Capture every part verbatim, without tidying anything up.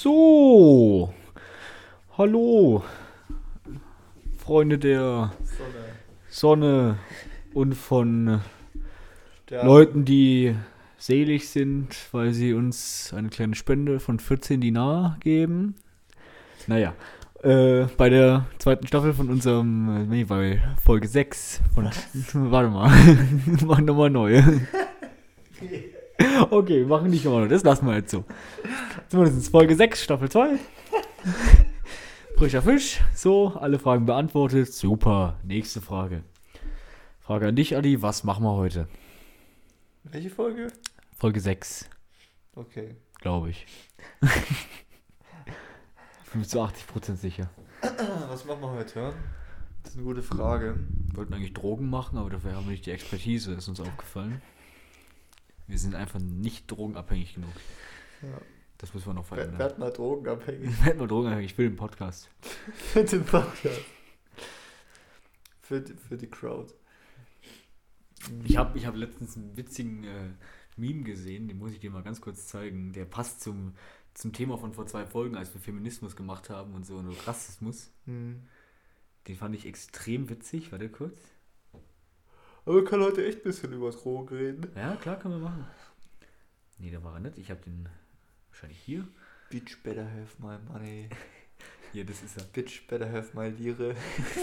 So, hallo, Freunde der Sonne. Sonne und von Sterne. Leuten, die selig sind, weil sie uns eine kleine Spende von vierzehn Dinar geben. Naja, äh, bei der zweiten Staffel von unserem, äh, nee, bei Folge sechs von, warte mal, wir machen nochmal neu. Okay, wir machen nicht nochmal neu, das lassen wir jetzt so. Zumindest Folge sechs, Staffel zwei. Frischer Fisch, so, alle Fragen beantwortet, super, nächste Frage. Frage an dich, Adi, was machen wir heute? Welche Folge? Folge sechs, Okay. glaube ich. Ich bin mir zu achtzig Prozent sicher. Was machen wir heute? Das ist eine gute Frage. Wir wollten eigentlich Drogen machen, aber dafür haben wir nicht die Expertise, ist uns aufgefallen. Wir sind einfach nicht drogenabhängig genug. Ja. Das müssen wir noch Wer verändern. wird mal drogenabhängig? Ich werde mal drogenabhängig, ich will den Podcast. Für den Podcast. Für die, für die Crowd. Ich habe ich hab letztens einen witzigen äh, Meme gesehen, den muss ich dir mal ganz kurz zeigen. Der passt zum, zum Thema von vor zwei Folgen, als wir Feminismus gemacht haben und so und Rassismus. Hm. Den fand ich extrem witzig. Warte kurz. Aber wir können heute echt ein bisschen über Drogen reden. Ja, klar, können wir machen. Nee, da war er nicht. Ich habe den wahrscheinlich hier. Bitch better have my money. Hier, das ist er. Bitch better have my Lire.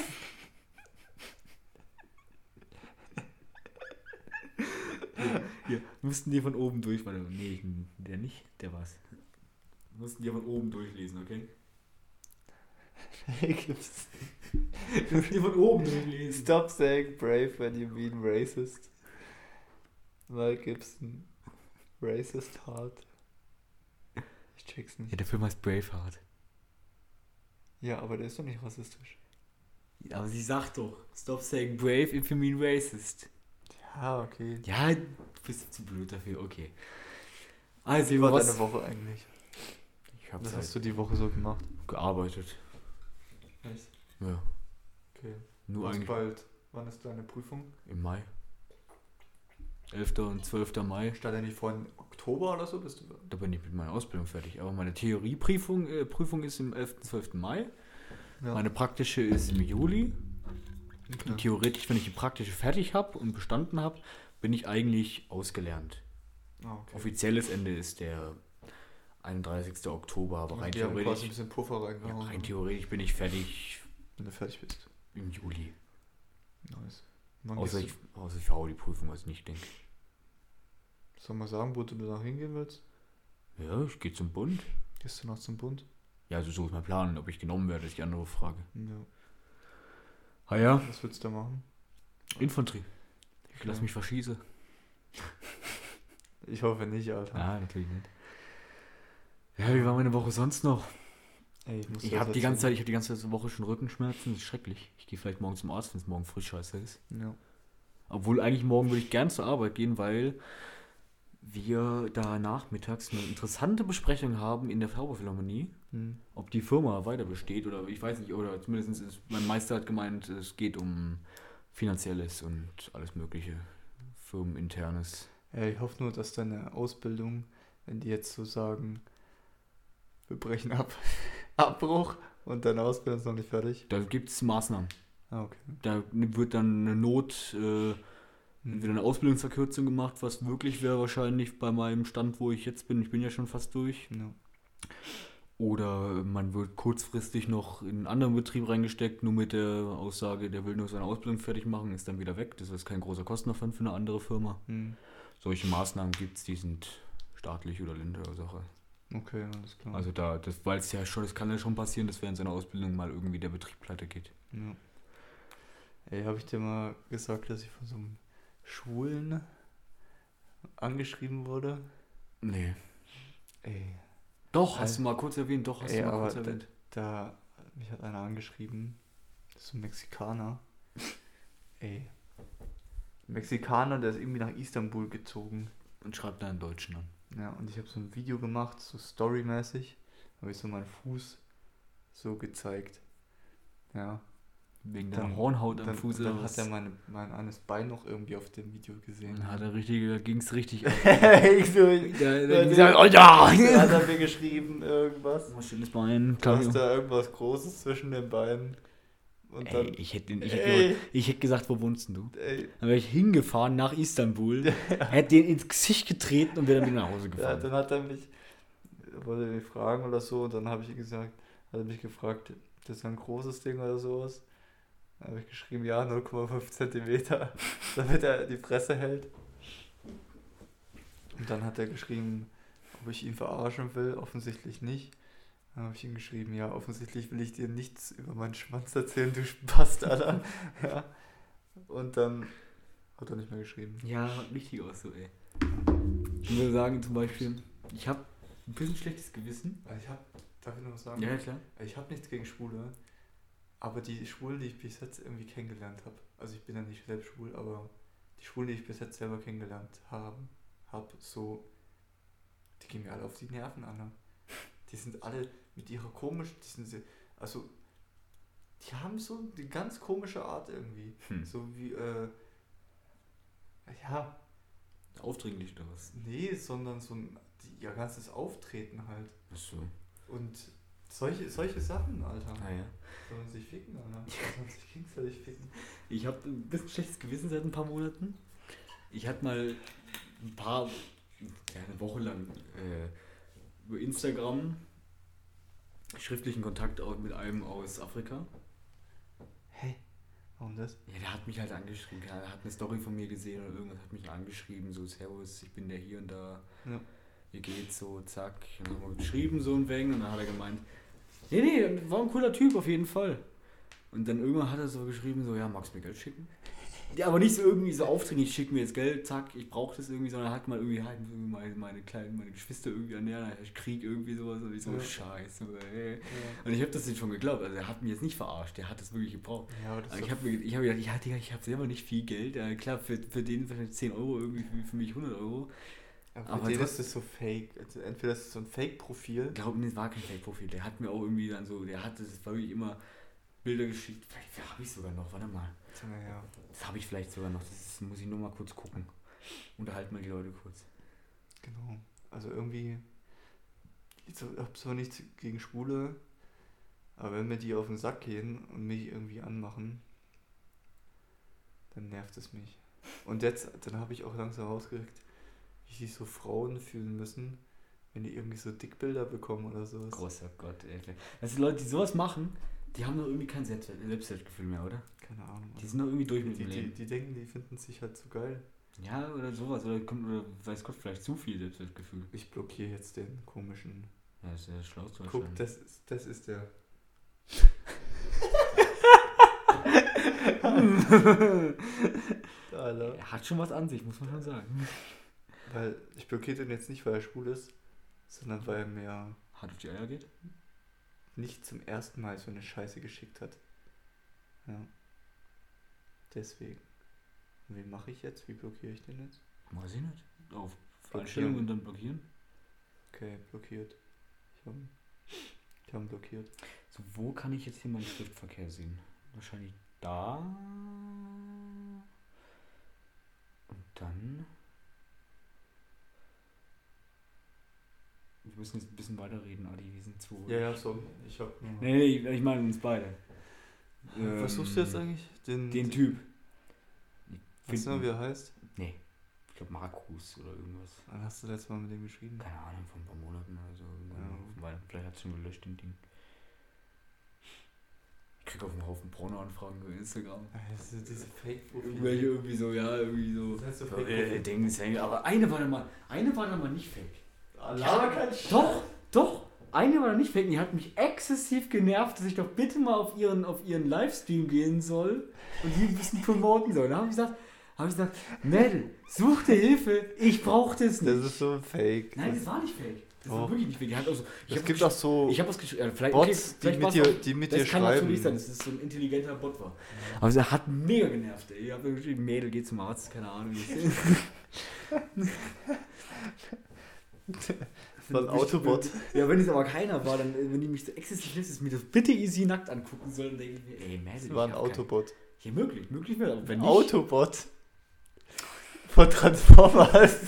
Hier, mussten die von oben durch. Warte, nee, der nicht. Der war's. Mussten die von oben durchlesen, okay? Gibt's. Mussten die von oben durchlesen. Stop saying brave when you mean racist. Mel Gibson. Racist Heart. Ich check's Ja, nicht. der Film heißt Braveheart. Ja, aber der ist doch nicht rassistisch. Ja, aber sie sagt doch, stop saying brave if you mean racist. Ja, okay. Ja, du bist zu blöd dafür, okay. Also, Wie war was? deine Woche eigentlich? Ich hab's Was halt hast du die Woche so gemacht? gearbeitet. Echt? Ja, Okay. nur Was eigentlich bald. Wann ist deine Prüfung? im Mai. elfter und zwölfter Mai. Stand ja nicht vor Oktober oder so? Bist du? Da bin ich mit meiner Ausbildung fertig. Aber meine Theorieprüfung äh, Prüfung ist im elften und zwölften Mai. Ja. Meine praktische ist im Juli. Okay. Und theoretisch, wenn ich die praktische fertig habe und bestanden habe, bin ich eigentlich ausgelernt. Ah, okay. Offizielles Ende ist der einunddreißigster Oktober, aber Ja, rein die haben quasi ein theoretisch, bisschen Puffer ja, reingehauen. rein theoretisch bin ich fertig wenn du fertig bist. im Juli. Nice. Wann Außer ich, gehst außer ich verhaue die Prüfung, was ich nicht denke. du, soll mal sagen, wo du danach hingehen willst? Ja, ich gehe zum Bund. Gehst du noch zum Bund? Ja, also so ist mein Plan. Ob ich genommen werde, ist die andere Frage. Ja. Ah ja, Was willst du da machen? Infanterie. Ich Okay. lass mich verschießen. Ich hoffe nicht, Alter. Ah, natürlich nicht. Ja, wie war meine Woche sonst noch? Ey, ich muss Ich dir habe was die ganze Zeit, erzählen. ich habe die ganze Woche schon Rückenschmerzen. Das ist schrecklich. Ich gehe vielleicht morgen zum Arzt, wenn es morgen früh scheiße ist. Ja. Obwohl eigentlich morgen würde ich gern zur Arbeit gehen, weil wir da nachmittags eine interessante Besprechung haben in der Zauberphilharmonie, Hm. ob die Firma weiter besteht oder ich weiß nicht, oder zumindest ist mein Meister hat gemeint, es geht um Finanzielles und alles mögliche, Firmeninternes. Ja, ich hoffe nur, dass deine Ausbildung, wenn die jetzt so sagen, wir brechen ab, Abbruch und deine Ausbildung ist noch nicht fertig. Da gibt es Maßnahmen. Ah, okay. Da wird dann eine Not, äh, Hm. entweder eine Ausbildungsverkürzung gemacht, was möglich wäre wahrscheinlich bei meinem Stand, wo ich jetzt bin. Ich bin ja schon fast durch. Ja. Oder man wird kurzfristig noch in einen anderen Betrieb reingesteckt, nur mit der Aussage, der will nur seine Ausbildung fertig machen, ist dann wieder weg. Das ist kein großer Kostenaufwand für eine andere Firma. Hm. Solche Maßnahmen gibt es, die sind staatlich oder Ländersache. Okay, alles klar. Also da, das, weil es ja schon, das kann ja schon passieren, dass während seiner Ausbildung mal irgendwie der Betrieb pleite geht. Ja. Ey, habe ich dir mal gesagt, dass ich von so einem Schwulen angeschrieben wurde? Nee. Ey, Doch, hast du mal kurz erwähnt, doch, hast ey du mal aber kurz da, erwähnt. da, mich hat einer angeschrieben, das ist so ein Mexikaner. Ey, ein Mexikaner, der ist irgendwie nach Istanbul gezogen. Und schreibt deinen Deutschen an. Ja, und ich habe so ein Video gemacht, so storymäßig, habe ich so meinen Fuß so gezeigt. Ja. Wegen der Dann- Hornhaut am Dann, Fuß dann oder hat was. er meine, mein eines Bein noch irgendwie auf dem Video gesehen. Dann hat er richtig, da ging's richtig ab. ich so, Da, da Ja, ging's der- ab, oh ja! da hat er mir geschrieben, irgendwas. Oh, schönes Bein, Du klar. hast da irgendwas Großes zwischen den Beinen. Und Ey, dann, ich hätte, ich, hätte, Ey. ich hätte gesagt, wo wohnst denn du? ey, Dann wäre ich hingefahren nach Istanbul, hätte den ins Gesicht getreten und wäre dann wieder nach Hause ja, gefahren. dann hat er mich, wollte er mich fragen oder so, und dann habe ich ihm gesagt, hat er mich gefragt, das ist ein großes Ding oder sowas. Dann habe ich geschrieben, ja, null Komma fünf Zentimeter, damit er die Fresse hält. Und dann hat er geschrieben, ob ich ihn verarschen will, offensichtlich nicht. Dann habe ich ihm geschrieben, ja, offensichtlich will ich dir nichts über meinen Schwanz erzählen, du Spast, Alter. Ja. Und dann hat er nicht mehr geschrieben. Ja, richtig aus so, ey. Ich würde sagen zum Beispiel, ich habe ein bisschen schlechtes Gewissen. Ich habe, darf ich noch was sagen? Ja, klar. Ich habe nichts gegen Schwule, aber die Schwulen, die ich bis jetzt irgendwie kennengelernt habe, also ich bin ja nicht selbst schwul, aber die Schwulen, die ich bis jetzt selber kennengelernt habe, hab, so, die gehen mir alle auf die Nerven, Anna. Die sind alle mit ihrer komischen, die sind, se- also, die haben so eine ganz komische Art irgendwie. Hm. So wie, äh, ja, Aufdringlich oder was? nee, sondern so ein, die, ihr ganzes Auftreten halt. Achso. Und solche, solche Sachen, Alter. Ah ja. Sollen sich ficken, Alter. Sollen sich gegenseitig ficken. Ich habe ein bisschen schlechtes Gewissen seit ein paar Monaten. Ich hatte mal ein paar, ja, eine Woche lang äh, über Instagram schriftlichen Kontakt auch mit einem aus Afrika. Hey, warum das? Ja, der hat mich halt angeschrieben. Er hat eine Story von mir gesehen oder irgendwas hat mich angeschrieben. So, Servus, ich bin der hier und da. Ja. Wie geht's so, zack. Und dann haben wir geschrieben so ein wenig und dann hat er gemeint, nee, nee, war ein cooler Typ auf jeden Fall. Und dann irgendwann hat er so geschrieben, so, ja, magst du mir Geld schicken? Ja, aber nicht so irgendwie so aufdringlich, schick mir jetzt Geld, zack, ich brauche das irgendwie, sondern er hat mal irgendwie halt irgendwie meine, meine kleinen, meine Geschwister irgendwie ernähren, ich Krieg irgendwie sowas und ich so, Ja. scheiße, ey. Ja. Und ich habe das jetzt schon geglaubt, also er hat mich jetzt nicht verarscht, der hat das wirklich gebraucht. Ja, aber das Aber ist ich habe mir ich hab gedacht, ja, Digga, ich habe selber nicht viel Geld, ja, klar, für, für den wahrscheinlich zehn Euro, irgendwie für, für mich hundert Euro. aber aber für den trotz- ist das so fake. Also entweder ist es so ein Fake-Profil. Ich glaube, es war kein Fake-Profil. Der hat mir auch irgendwie dann so, der hat das wirklich immer Bilder geschickt. Vielleicht habe ich sogar noch, warte mal. Ja, Das habe ich vielleicht sogar noch. Das ist, muss ich nur mal kurz gucken. Unterhalten mal die Leute kurz. genau. Also irgendwie, ich hab zwar nichts gegen Schwule, aber wenn mir die auf den Sack gehen und mich irgendwie anmachen, dann nervt es mich. Und jetzt, dann habe ich auch langsam rausgekriegt, wie sich so Frauen fühlen müssen, wenn die irgendwie so Dickbilder bekommen oder sowas. Großer Gott, ey. Das sind Leute, die sowas machen, die haben doch irgendwie kein Selbstwert, Selbstwertgefühl mehr, oder? Keine Ahnung. Die sind doch irgendwie durch die, mit die, dem die, Leben. die denken, die finden sich halt so geil. Ja, oder sowas. Oder, kommt, oder weiß Gott, vielleicht zu viel Selbstwertgefühl. Ich blockiere jetzt den komischen. Ja, das ist ja das Schlauste Guck, wahrscheinlich. das ist, das ist der. Alter. Er hat schon was an sich, muss man schon sagen. Weil ich blockiere den jetzt nicht, weil er schwul ist, sondern weil er mir Hart auf die Eier geht? nicht zum ersten Mal so eine Scheiße geschickt hat. Ja. Deswegen. Und wie mache ich jetzt? Wie blockiere ich den jetzt? Weiß ich nicht. Auf Blockieren. Einstellungen und dann blockieren. Okay, blockiert. Ich habe ich hab ihn blockiert. So, wo kann ich jetzt hier meinen Schriftverkehr sehen? Wahrscheinlich da. Und dann. Wir müssen jetzt ein bisschen weiterreden, Adi. Wir sind zu. Ja, ja, so. Ich hab nur. Nee, nee, ich, ich meine uns beide. Was suchst du jetzt eigentlich? Den, Den Typ. Weißt du noch, wie er heißt? Nee. Ich glaube Markus oder irgendwas. Wann hast du letztes Mal mit dem geschrieben? Keine Ahnung, vor ein paar Monaten oder so. Ja. Weil vielleicht hat es schon gelöscht, den Ding. Ich krieg auf einen Haufen Porno-Anfragen über Instagram. Also diese Fake-Profile. Irgendwelche irgendwie so, ja, irgendwie so. Das heißt so So, Fake äh, Ding ist fake. Aber eine war dann mal, eine war dann mal nicht fake. Allah, kein Sch- Doch, doch. Eine war dann nicht fake. Die hat mich exzessiv genervt, dass ich doch bitte mal auf ihren, auf ihren Livestream gehen soll und die ein bisschen promoten soll. Da habe ich gesagt, habe ich gesagt, Mädel, such dir Hilfe, ich brauche das nicht. Das ist so ein Fake. Nein, das war nicht fake. Das war Oh. wirklich nicht fake. Die hat auch so, ich Es hab gibt gesch- auch so Ich habe was geschrieben. Ja, vielleicht, Bots, okay, die vielleicht mit war's dir, auch- die mit das dir kann natürlich sein, schreiben. dass es so ein intelligenter Bot war. Aber es hat mega genervt, ey. Ich habe geschrieben, Mädel, geh zum Arzt, keine Ahnung. War ein Autobot. Ja, wenn es aber keiner war, dann, wenn die mich so exzessiv lässt, ist mir das bitte easy nackt angucken sollen, dann denke ich mir, ey, Mädel, Das war ein Autobot. Kein... Ja, möglich, möglich wäre, aber wenn ein nicht... Autobot von Transformers.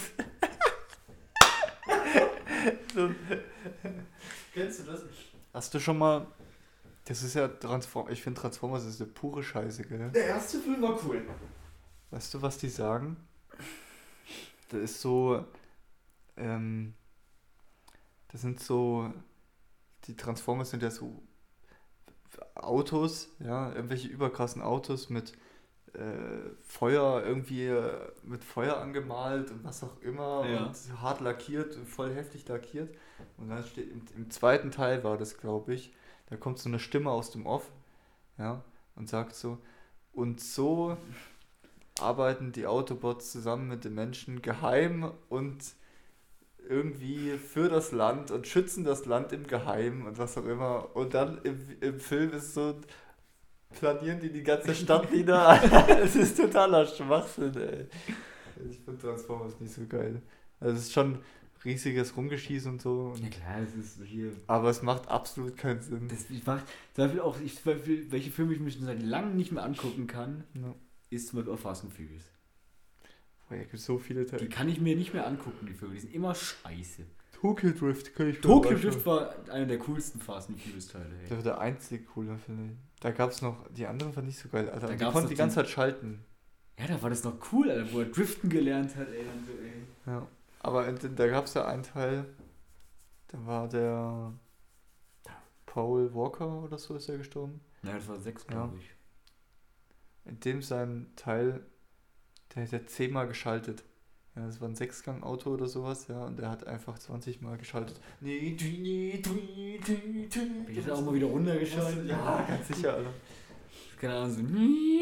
so. Kennst du das? Hast du schon mal... Das ist ja Transformers... Ich finde Transformers ist eine pure Scheiße, gell? Der erste Film war cool. Weißt du, was die sagen? Das ist so... Ähm... Das sind so... Die Transformers sind ja so... Autos, ja, irgendwelche überkrassen Autos mit äh, Feuer irgendwie äh, mit Feuer angemalt und was auch immer ja. und hart lackiert, voll heftig lackiert. Und dann steht im, im zweiten Teil war das, glaube ich, da kommt so eine Stimme aus dem Off, ja, und sagt so, und so arbeiten die Autobots zusammen mit den Menschen geheim und irgendwie für das Land und schützen das Land im Geheimen und was auch immer. Und dann im, im Film ist so, planieren die die ganze Stadt wieder. Es ist totaler Schwachsinn, ey. Ich finde Transformers nicht so geil. Also es ist schon riesiges Rumgeschießen und so. Und ja klar, es ist hier... Aber es macht absolut keinen Sinn. Das, ich macht, zum Beispiel auch, ich, zum Beispiel, welche Filme ich mir schon seit langem nicht mehr angucken kann, ja. ist zum Beispiel auch Fast and Furious. Oh, ja, gibt so viele Teile. Die kann ich mir nicht mehr angucken, die Filme. Die sind immer scheiße. Tokyo Drift kann ich mir Tokyo Drift war einer der coolsten Fast and Furious Teile. Ey. Das war der einzige coole, finde ich. Da gab es noch, die anderen fand ich so geil. Alter, da die konnten die ganze Zeit schalten. Ja, da war das noch cool, Alter, wo er driften gelernt hat, ey. Und so, ey. Ja, aber in, da gab es ja einen Teil, da war der Paul Walker oder so ist er gestorben. Ja, das war sechs, ja. glaube ich. In dem sein Teil, der hat ja zehnmal geschaltet. Ja, das war ein Sechsgang-Auto oder sowas, ja, und er hat einfach zwanzig Mal geschaltet. Nee, nee, nee, nee, Ich hätte auch mal wieder runtergeschaltet. Ja, ganz sicher, Alter. Keine Ahnung, so.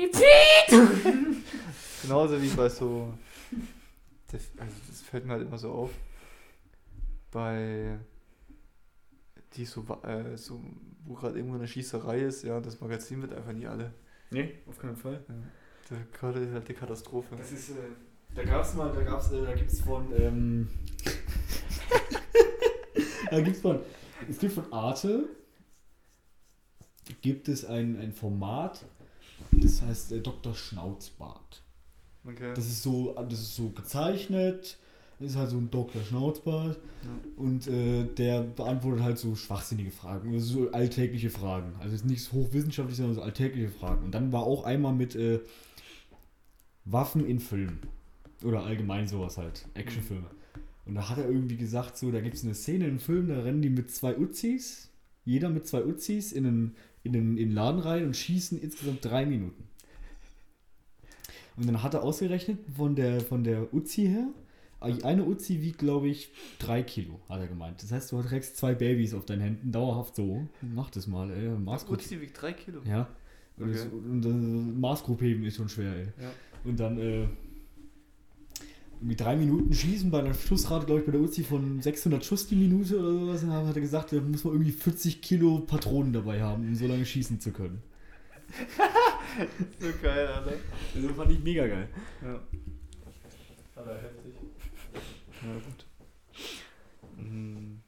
Genauso wie bei so. Das, also das fällt mir halt immer so auf. Bei. Die so, äh, so wo gerade irgendwo eine Schießerei ist, ja, das Magazin wird einfach nie alle. Nee, auf keinen Fall. Ja. Da gerade ist halt die Katastrophe. Das ist, äh, da gab's mal, da gab's, äh, da gibt's von, ähm, da gibt's von, es gibt von Arte, gibt es ein, ein Format, das heißt äh, Doktor Schnauzbart. Okay. Das ist so, das ist so gezeichnet, das ist halt so ein Doktor Schnauzbart Ja. und äh, der beantwortet halt so schwachsinnige Fragen, also so alltägliche Fragen. Also es ist nichts hochwissenschaftlich, sondern so alltägliche Fragen. Und dann war auch einmal mit äh, Waffen in Filmen. Oder allgemein sowas halt, Actionfilme. Und da hat er irgendwie gesagt, so, da gibt es eine Szene im Film, da rennen die mit zwei Uzis, jeder mit zwei Uzis in einen, in einen, in den Laden rein und schießen insgesamt drei Minuten. Und dann hat er ausgerechnet, von der, von der Uzi her, eine Uzi wiegt, glaube ich, drei Kilo, hat er gemeint. Das heißt, du trägst zwei Babys auf deinen Händen, dauerhaft so. Mach das mal, ey. Maßgruppe. Uzi wiegt drei Kilo? Ja. Und, Okay. das, und das Maßgruppe heben ist schon schwer, ey. Ja. Und dann, äh, mit drei Minuten schießen bei einer Schussrate, glaube ich, bei der Uzi von sechshundert Schuss die Minute oder sowas, dann hat er gesagt, da muss man irgendwie vierzig Kilo Patronen dabei haben, um so lange schießen zu können. So geil, Alter. Also fand ich mega geil. Ja. Aber heftig. Ja, gut. Mhm.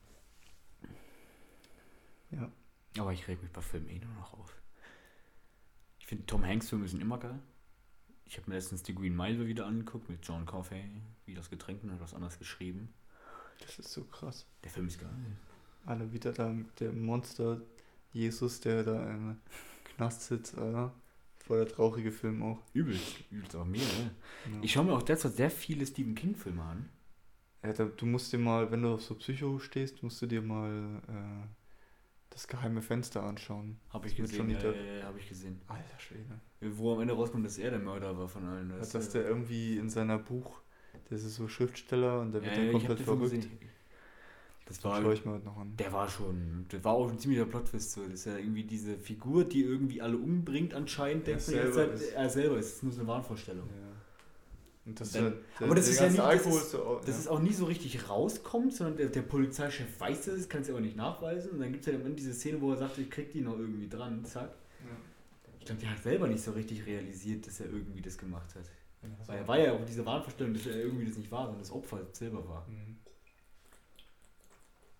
Ja. Aber ich reg mich bei Filmen eh nur noch auf. Ich finde Tom Hanks Filme sind immer geil. Ich habe mir letztens die Green Mile wieder angeguckt mit John Coffey, wie das Getränk und hat was anderes geschrieben. Das ist so krass. Der Film ist geil. Alle wieder da, der Monster Jesus, der da im Knast sitzt, Alter. Voll der traurige Film auch. Übelst, übelst auch mega, ne? Ja. Ich schaue mir auch derzeit sehr viele Stephen King Filme an. Ja, da, du musst dir mal, wenn du auf so Psycho stehst, musst du dir mal äh, das geheime Fenster anschauen. Habe ich Das mit gesehen, Johnny ja, Depp. ja, ja, habe ich gesehen. Alter Schwede. Wo am Ende rauskommt, dass er der Mörder war von allen. Ja, Das, dass äh, der irgendwie in seiner Buch, der ist so Schriftsteller und der wird ja, dann ja, ich hab komplett den Film verrückt. gesehen. Das Das war, schaue ich mir heute noch an. der war schon, das war auch ein ziemlicher Plot-Twist. So. Das ist ja irgendwie diese Figur, die irgendwie alle umbringt anscheinend, Er denkt man selber jetzt halt, ist- er selber ist. Das ist nur so eine Wahnvorstellung. Ja. Und das Dann- ist ja, aber das der ist ja ganze nicht- das Alkohol ist- so, au- Das ja. ist auch nie so richtig rauskommt, sondern der, der Polizeichef weiß das, kann es aber nicht nachweisen. Und dann gibt es ja am Ende diese Szene, wo er sagt, ich krieg die noch irgendwie dran, zack. Ja. Ich glaube, der hat selber nicht so richtig realisiert, dass er irgendwie das gemacht hat. Ja, Weil er war ja auch diese Wahnvorstellung, dass er irgendwie das nicht war, sondern das Opfer selber war. Mhm.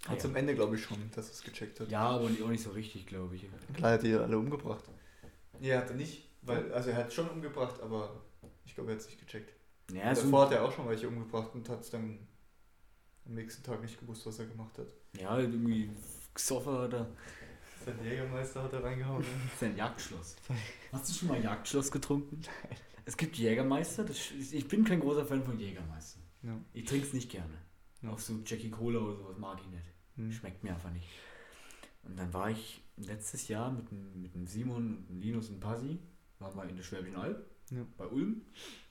Hat am Ende, glaube ich, schon, dass er es gecheckt hat. Ja, aber auch nicht so richtig, glaube ich. Klar hat die alle umgebracht. Nee, hat er nicht, weil, also er hat schon umgebracht, aber ich glaube, er hat es nicht gecheckt. Ja, so Davor hat er auch schon welche umgebracht und hat es dann am nächsten Tag nicht gewusst, was er gemacht hat. ja, irgendwie gesoffen hat er. Sein Jägermeister hat er reingehauen. Sein Jagdschloss. Hast du schon mal Jagdschloss getrunken? Es gibt Jägermeister. Das, ich bin kein großer Fan von Jägermeister. Ja. Ich trinke es nicht gerne. Ja. Auch so Jackie Cola oder sowas mag ich nicht. Hm. Schmeckt mir einfach nicht. Und dann war ich letztes Jahr mit dem, mit dem Simon und dem Linus und Pasi, waren wir in der Schwäbischen Alb, Ja. bei Ulm.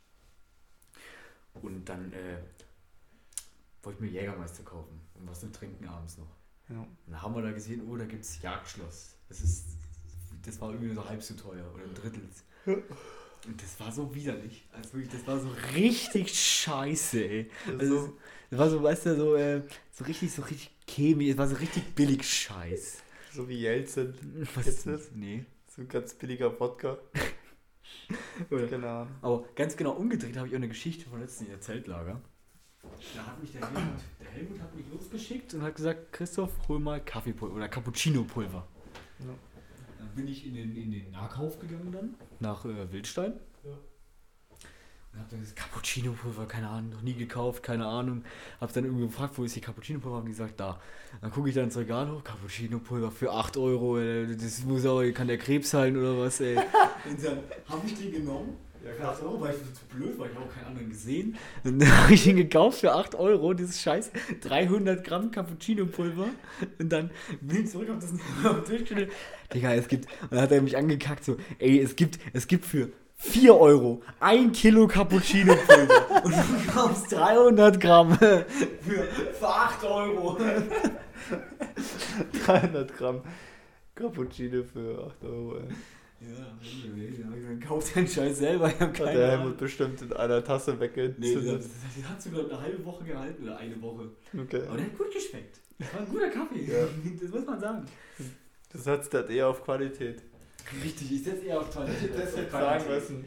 Und dann äh, wollte ich mir Jägermeister kaufen und was zu trinken abends noch. Ja. Und dann haben wir da gesehen, oh, da gibt es Jagdschloss. Das ist, das war irgendwie so halb so teuer oder ein Drittel. Und das war so widerlich. Also wirklich, das war so richtig scheiße, ey. Also, so. das war so, weißt du, so, äh, so richtig, so richtig chemisch, es war so richtig billig Scheiß. So wie Jelzin. Was Kennst ist du das? Nee. So ein ganz billiger Wodka. Oder? Keine Ahnung. Aber ganz genau umgedreht habe ich auch eine Geschichte von letzten Jahr Zeltlager. Da hat mich der Helmut, der Helmut hat mich losgeschickt und hat gesagt, Christoph, hol mal Kaffeepulver oder Cappuccino-Pulver. Ja. Dann bin ich in den, in den Nahkauf gegangen dann, nach äh, Wildstein. Ja. Und hab dann das Cappuccino-Pulver, keine Ahnung, noch nie gekauft, keine Ahnung. Hab dann irgendwie gefragt, wo ist die Cappuccino-Pulver? Haben die gesagt, da. Dann gucke ich dann ins Regal hoch, Cappuccino-Pulver für acht Euro, ey. Das muss auch, kann der Krebs heilen oder was, ey. Und dann hab ich den genommen. Ja, Für acht Euro, weil ich zu blöd war, ich habe auch keinen anderen gesehen. Und dann habe ich ihn gekauft für acht Euro, dieses scheiß dreihundert Gramm Cappuccino-Pulver. Und dann bin ich zurück auf das durchgestellt. Digga, es gibt, und dann hat er mich angekackt so, ey, es gibt, es gibt für vier Euro ein Kilo Cappuccino-Pulver. Und du kaufst dreihundert Gramm für, für acht Euro. dreihundert Gramm Cappuccino für acht Euro, ey. Ja, dann kauft den Scheiß selber. Ich hab Hat keine der Ahnung. Helmut bestimmt in einer Tasse Nee, weggezündet. das, das hat sogar eine halbe Woche gehalten oder eine Woche. Okay. Aber der hat gut geschmeckt. Das war ein guter Kaffee. Ja. Das muss man sagen. Du setzt das eher auf Qualität. Richtig, ich setze eher auf Qualität. Das hätte sagen müssen.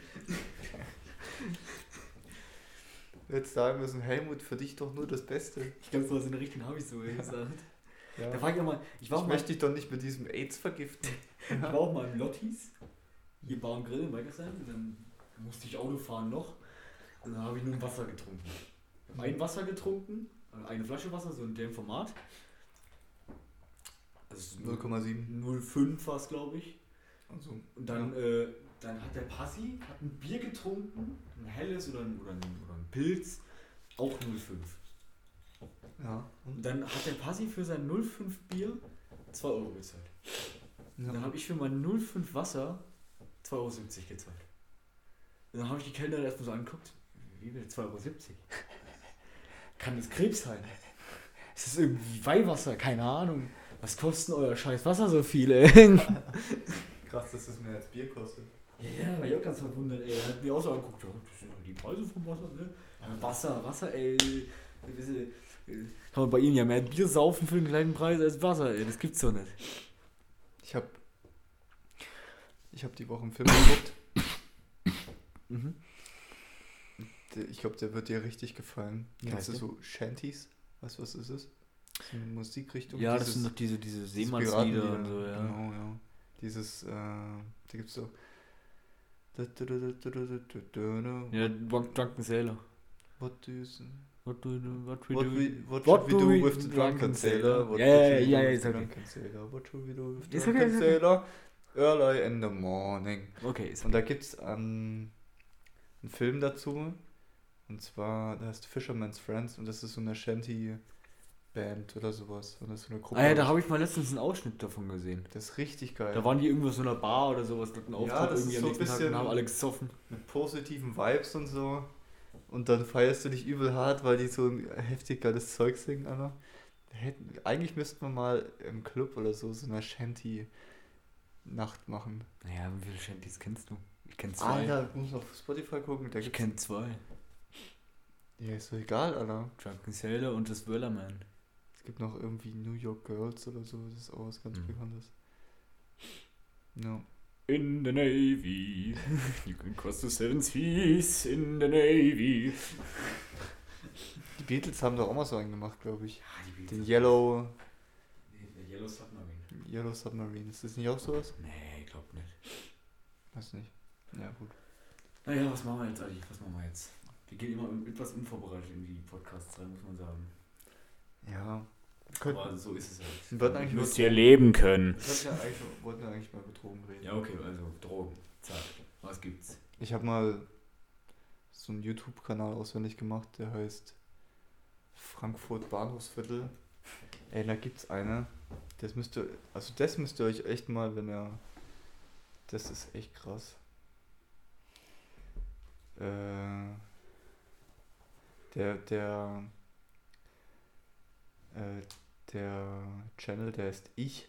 Du hättest sagen müssen, Helmut, für dich doch nur das Beste. Ich glaube, so was in der Richtung habe ich so gesagt. Ja. Da war ich auch mal, ich war Ich auch mal, möchte dich doch nicht mit diesem AIDS vergiften. ich war auch mal im Lottis, hier Bar und Grill in Weikersheim, und dann musste ich Auto fahren noch, und dann habe ich nur ein Wasser getrunken. Ich habe ein Wasser getrunken, also eine Flasche Wasser, so in dem Format. Also null Komma sieben. null Komma fünf war es, glaube ich. Also, Und dann, äh, dann hat der Passi hat ein Bier getrunken, ein helles oder ein, oder ein, oder ein Pilz, auch null Komma fünf. ja. Und dann hat der Passi für sein null Komma fünf Bier zwei Euro gezahlt. Und dann ja. habe ich für mein null Komma fünf Wasser zwei Euro siebzig gezahlt. Und dann habe ich die Kellnerin erstmal so angeguckt, wie bitte zwei Euro siebzig? Kann das Krebs sein? Ist das irgendwie Weihwasser? Keine Ahnung. Was kostet denn euer scheiß Wasser so viel, ey? Krass, dass das mehr als Bier kostet. Ja, war ich auch ganz verwundert, ey. Er hat mir auch so angeguckt, ja, das sind ja die Preise vom Wasser, ne? Ja, Wasser, Wasser, ey. Kann man bei ihnen ja mehr Bier saufen für den gleichen Preis als Wasser, ey. Das gibt's doch nicht. Ich hab. Ich hab die Woche einen Film geguckt. Mhm. Der- Ich glaube, der wird dir richtig gefallen. Wie Kennst du heißt der? so Shanties? Weißt du, was das ist? Das ist eine Musikrichtung. Ja, das Dieses- sind doch diese, diese dieses Seemannslieder Piratenlieder. und so, ja. Genau, ja. Dieses, äh, da gibt's so. Ja, Drunk- Drunken Sailor. What do you say? What do you do? What we What, do? we, what, What should do we do we- with the drunken sailor? What Ja, should ja, we ja, do ja, with ist the okay. drunken sailor? What should we do with the Ist okay, drunken ist okay. sailor? Early in the morning. Okay, ist Und da gibt's ähm, einen Film dazu. Und zwar, der heißt Fisherman's Friends. Und das ist so eine Shanty-Band oder sowas. Und das ist so eine Gruppe. Ah ja, da habe ich mal letztens einen Ausschnitt davon gesehen. das ist richtig geil. Da waren die irgendwo so in einer Bar oder sowas, hatten einen Ja, Auftritt das irgendwie ist am so ein nächsten Tag bisschen- und haben alle gesoffen. Mit positiven Vibes und so. Und dann feierst du dich übel hart, weil die so ein heftig geiles Zeug singen, Alter. Hätten, eigentlich müssten wir mal im Club oder so so eine Shanty-Nacht machen. Naja, wie viele Shanties kennst du? Ich kenn zwei. Alter, ich muss auf Spotify gucken. Da ich gibt's- kenn zwei. Ja, ist doch egal, Alter. Drunken Sailor und das Wellerman. Es gibt noch irgendwie New York Girls oder so. Das ist auch was ganz Mhm. Bekanntes. Ja. In the Navy. You can cross the seven seas in the Navy. Die Beatles haben doch auch mal so einen gemacht, glaube ich. Ja, die Den Yellow, Yellow Submarine. Ist das nicht auch sowas? Nee, ich glaube nicht. Weiß nicht. Ja, gut. Naja, was machen wir jetzt eigentlich? Was machen wir jetzt? Wir gehen immer etwas unvorbereitet in die Podcasts rein, muss man sagen. Ja. Aber so ist es halt. Wir wollten eigentlich müsst über ihr leben können. Wir ja eigentlich, wollten ja eigentlich mal über Drogen reden. Ja, okay, also Drogen. Zack. Was gibt's? Ich habe mal so einen YouTube-Kanal auswendig gemacht, der heißt Frankfurt Bahnhofsviertel. Ey, da gibt's eine. Das müsst ihr, also das müsst ihr euch echt mal, wenn ihr, das ist echt krass. Äh, der, der, äh, der Channel, der ist Ich.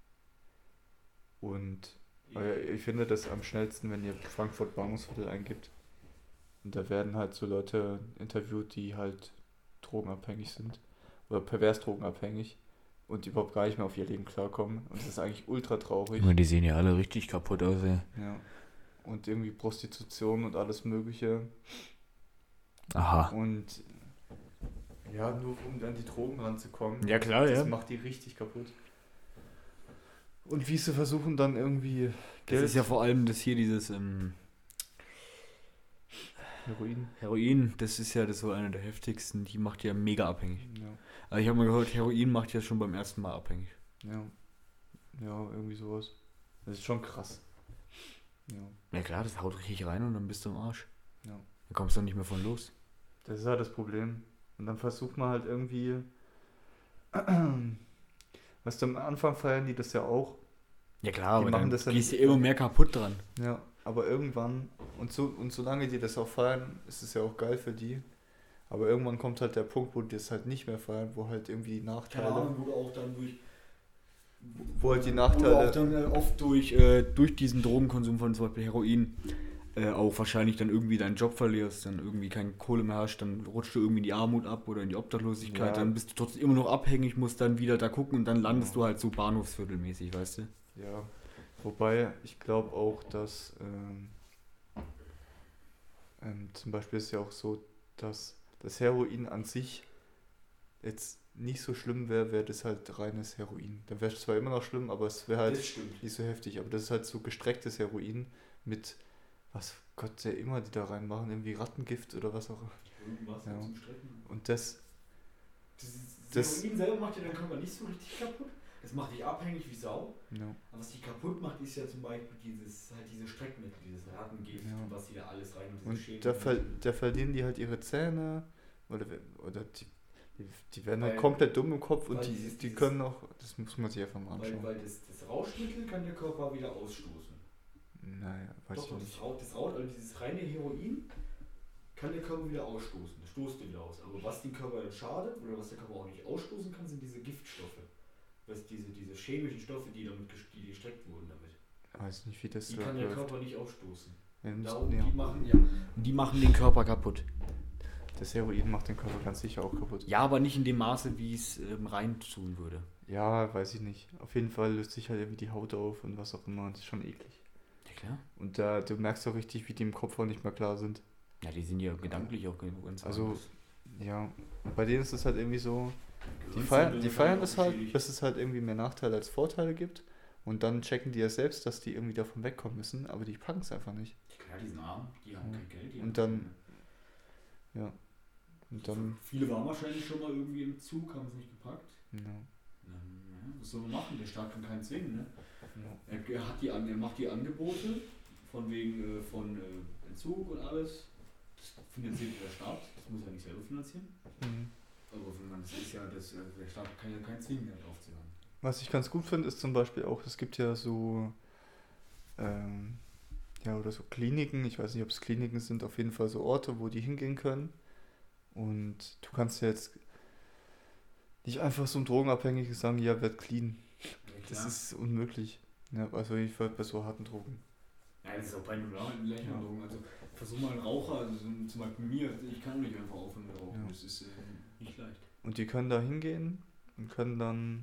Und äh, ich finde das am schnellsten, wenn ihr Frankfurt Bahnhofsviertel eingibt. Und da werden halt so Leute interviewt, die halt drogenabhängig sind. Oder pervers drogenabhängig. Und die überhaupt gar nicht mehr auf ihr Leben klarkommen. Und das ist eigentlich ultra traurig. Die sehen ja alle richtig kaputt aus, ey. Ja. Und irgendwie Prostitution und alles Mögliche. Aha. Und ja, nur um an die Drogen ranzukommen. Ja, klar, das ja. macht die richtig kaputt. Und wie sie versuchen dann irgendwie Geld. Das ist ja vor allem das hier, dieses ähm, Heroin. Heroin, das ist ja das so einer der heftigsten, die macht ja mega abhängig. Ja. Also ich habe mal gehört, Heroin macht ja schon beim ersten Mal abhängig. Ja. Ja, irgendwie sowas. Das ist schon krass. Ja. Ja klar, das haut richtig rein und dann bist du am Arsch. Ja. Dann kommst du nicht mehr von los. Das ist halt das Problem. Und dann versucht man halt irgendwie. Weißt du, am Anfang feiern die das ja auch. Ja klar, die aber machen dann das ja gehst du nicht- immer mehr kaputt dran. Ja, aber irgendwann, und so und solange die das auch feiern, ist es ja auch geil für die. Aber irgendwann kommt halt der Punkt, wo die das halt nicht mehr feiern, wo halt irgendwie die Nachteile. wo du auch dann durch Wo halt die Wo Nachteile. du auch dann äh, oft durch, äh, durch diesen Drogenkonsum von zum Beispiel Heroin äh, auch wahrscheinlich dann irgendwie deinen Job verlierst, dann irgendwie keine Kohle mehr hast, dann rutscht du irgendwie in die Armut ab oder in die Obdachlosigkeit, Ja. dann bist du trotzdem immer noch abhängig, musst dann wieder da gucken und dann landest Ja. du halt so bahnhofsviertelmäßig, weißt du? Ja, wobei ich glaube auch, dass ähm, ähm, zum Beispiel ist es ja auch so, dass das Heroin an sich jetzt nicht so schlimm wäre, wäre das halt reines Heroin. Dann wäre es zwar immer noch schlimm, aber es wäre halt stimmt. nicht so heftig. Aber das ist halt so gestrecktes Heroin mit, was Gott sei immer die da reinmachen, irgendwie Rattengift oder was auch. Irgendwas Ja. zum Strecken. Und das, Das, Das- Heroin selber macht ja deinen Körper nicht so richtig kaputt. Es macht dich abhängig wie Sau. ja, Aber was die kaputt macht, ist ja zum Beispiel dieses, halt diese Streckmittel, dieses Rattengift Ja. und was die da alles rein und diese und Schäden. da, ver da verlieren die halt ihre Zähne oder, oder die, die, die werden halt Weil- komplett dumm im Kopf und weil die, dieses- die dieses- können auch, das muss man sich einfach mal Weil, anschauen. weil das, das Rauschmittel kann der Körper wieder ausstoßen. Naja, weiß Doch, ich doch, nicht. das, Rauch, das Rauch, also dieses reine Heroin kann der Körper wieder ausstoßen. Das stoßt den wieder aus. Aber was den Körper dann schadet oder was der Körper auch nicht ausstoßen kann, sind diese Giftstoffe. Weißt, diese, diese chemischen Stoffe, die damit ges- die gestreckt wurden damit. Ich weiß nicht, wie das Die da kann der läuft. Körper nicht ausstoßen. Ja, müssen- Darum, ja. die, machen, ja, die machen den Körper kaputt. Das Heroin macht den Körper ganz sicher auch kaputt. Ja, aber nicht in dem Maße, wie es ähm, rein tun würde. Ja, weiß ich nicht. Auf jeden Fall löst sich halt irgendwie die Haut auf und was auch immer. Und das ist schon eklig. Ja klar. Und da, du merkst auch richtig, wie die im Kopf auch nicht mehr klar sind. Ja, die sind ja gedanklich auch ganz Also, anders. Ja, und bei denen ist es halt irgendwie so, die Gewöhnt feiern, sind die dann feiern auch das halt, beschädigt. dass es halt irgendwie mehr Nachteile als Vorteile gibt. Und dann checken die ja selbst, dass die irgendwie davon wegkommen müssen, aber die packen es einfach nicht. Klar, die sind arm, die haben Ja. kein Geld. Die Und haben dann- keine- Ja. Und dann, Viele waren wahrscheinlich schon mal irgendwie im Zug, haben es nicht gepackt. ja. Ähm, ja, was soll man machen? Der Staat kann keinen zwingen, ne? Ja. Er, er, hat die, An- er macht die Angebote von wegen äh, von äh, Entzug und alles. Das finanziert der Staat, das muss er nicht selber finanzieren. Mhm. Aber wenn man das ist ja, das, äh, der Staat kann ja keinen zwingen, da drauf zu hören. Was ich ganz gut finde, ist zum Beispiel auch, es gibt ja so, ähm, ja, oder so Kliniken, ich weiß nicht, ob es Kliniken sind, auf jeden Fall so Orte, wo die hingehen können. Und du kannst ja jetzt nicht einfach so einem Drogenabhängigen sagen, ja, werd clean. Ja, Das klar. ist unmöglich. Ja, also ich Fall bei so harten Drogen. Ja, das ist auch bei normalen Ja. Drogen. Also versuch mal einen Raucher, also so, zum Beispiel mir, ich kann nicht einfach aufhören mit Rauchen. Ja. Das ist äh, nicht leicht. Und die können da hingehen und können dann,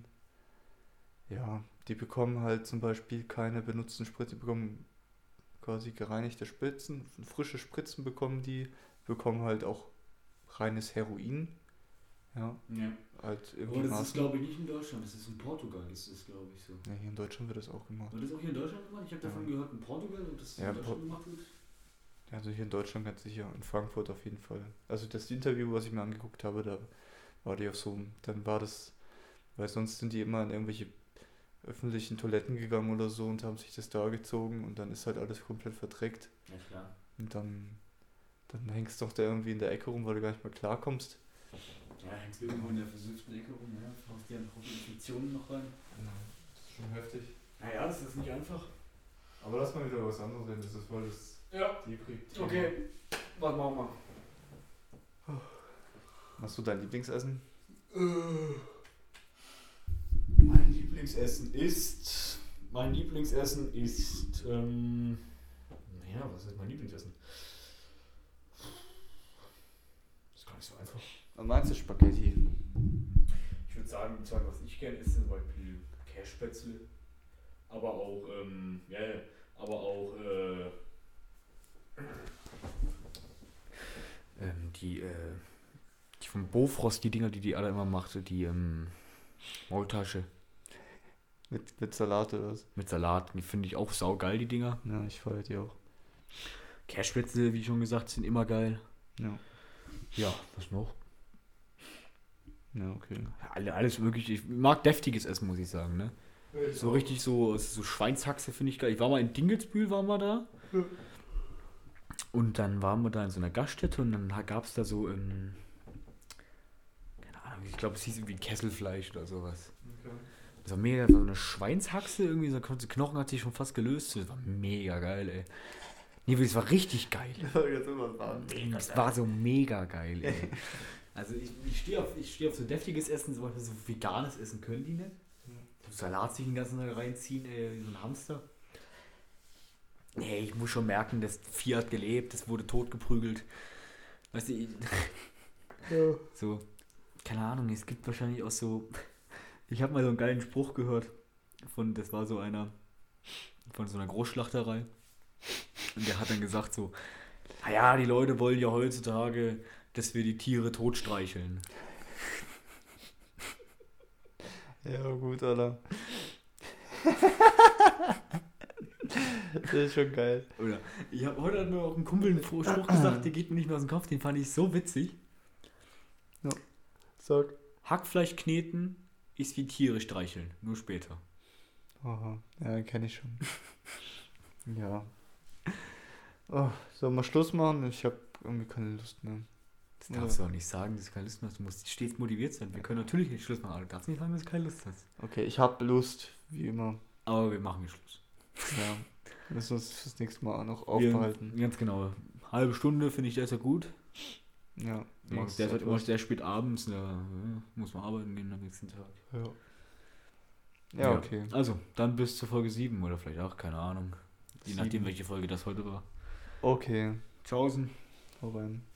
ja, die bekommen halt zum Beispiel keine benutzten Spritzen, die bekommen quasi gereinigte Spritzen, frische Spritzen bekommen die, bekommen halt auch reines Heroin. Ja, Ja. halt Aber irgendwie das Maßen. ist, glaube ich, nicht in Deutschland, das ist in Portugal, das ist, glaube ich, so. Ja, hier in Deutschland wird das auch gemacht. Wird das auch hier in Deutschland gemacht? Ich habe davon Ja. gehört, in Portugal, und das Ja, in Deutschland Po- gemacht wird. Also hier in Deutschland ganz sicher, in Frankfurt auf jeden Fall. Also das Interview, was ich mir angeguckt habe, da war die auch so, dann war das, weil sonst sind die immer in irgendwelche öffentlichen Toiletten gegangen oder so und haben sich das da gezogen und dann ist halt alles komplett verdreckt. Ja, klar. Und dann, dann hängst du doch da irgendwie in der Ecke rum, weil du gar nicht mehr klarkommst. Ja, hängst du irgendwo in der versüfften Ecke rum, ja, haust dir noch Infektionen noch rein. Das ist schon heftig. Naja, das ist nicht einfach. Aber lass mal wieder was anderes reden, das ist voll das Ja. Depri-Thema. Okay, was machen wir? Hast du dein Lieblingsessen? Mein Lieblingsessen ist. Mein Lieblingsessen ist. Ähm, naja, was ist mein Lieblingsessen? Das ist gar nicht so einfach. Was meinst du Spaghetti? Ich würde sagen, die zwei, was ich gerne esse, zum Beispiel Kässpätzle. Aber auch, ähm, ja, ja, aber auch, äh, ähm, die, äh, die von Bofrost, die Dinger, die die alle immer machte, die, ähm, Maultasche Mit, mit Salat oder was? mit Salat, die finde ich auch saugeil, die Dinger. Ja, ich feiere die auch. Kässpätzle, wie schon gesagt, sind immer geil. Ja. Ja, was noch? Ja, okay. Alle, alles wirklich, ich mag deftiges Essen, muss ich sagen, ne? So richtig so, so Schweinshaxe finde ich geil. Ich war mal in Dingelsbühl, waren wir da. Und dann waren wir da in so einer Gaststätte und dann gab es da so, ähm, keine Ahnung, ich glaube, es hieß irgendwie Kesselfleisch oder sowas. Okay. Das war mega, so eine Schweinshaxe, irgendwie so ein Knochen hat sich schon fast gelöst. Das war mega geil, ey. Nee, das war richtig geil. Jetzt immer warm. Das war so mega geil, ey. Also ich, ich stehe auf, ich steh auf so deftiges Essen, zum Beispiel so veganes Essen können die nicht. So Salat sich den ganzen Tag reinziehen, ey, wie so ein Hamster. Nee, ich muss schon merken, das Vieh hat gelebt, das wurde totgeprügelt. Weißt du, ich, Ja. so, keine Ahnung, es gibt wahrscheinlich auch so, ich habe mal so einen geilen Spruch gehört, von, das war so einer, von so einer Großschlachterei. Und der hat dann gesagt so, naja, die Leute wollen ja heutzutage, dass wir die Tiere totstreicheln. Ja, gut, Alter. Das ist schon geil. Oder, ich habe heute hat mir auch ein Kumpel einen Spruch gesagt, der geht mir nicht mehr aus dem Kopf, den fand ich so witzig. Sag. Hackfleisch kneten ist wie Tiere streicheln, nur später. Aha, ja, kenne ich schon. Ja. Oh, sollen wir Schluss machen? Ich habe irgendwie keine Lust mehr. Das darfst du auch nicht sagen, dass du keine Lust mehr hast. Du musst stets motiviert sein. Wir können natürlich nicht Schluss machen, aber du darfst nicht sagen, dass du keine Lust hast. Okay, ich habe Lust, wie immer. Aber wir machen hier Schluss. Ja. Wir müssen uns fürs nächste Mal noch aufbehalten. Wir, ganz genau. Halbe Stunde finde ich das ja gut. Ja. Der ist halt immer sehr spät abends, da ja, muss man arbeiten gehen am nächsten Tag. Ja. Ja, okay. Also, dann bis zur Folge sieben oder vielleicht auch, keine Ahnung. Je Sieben. nachdem, welche Folge das heute war. Okay. Tschaußen. Hau rein.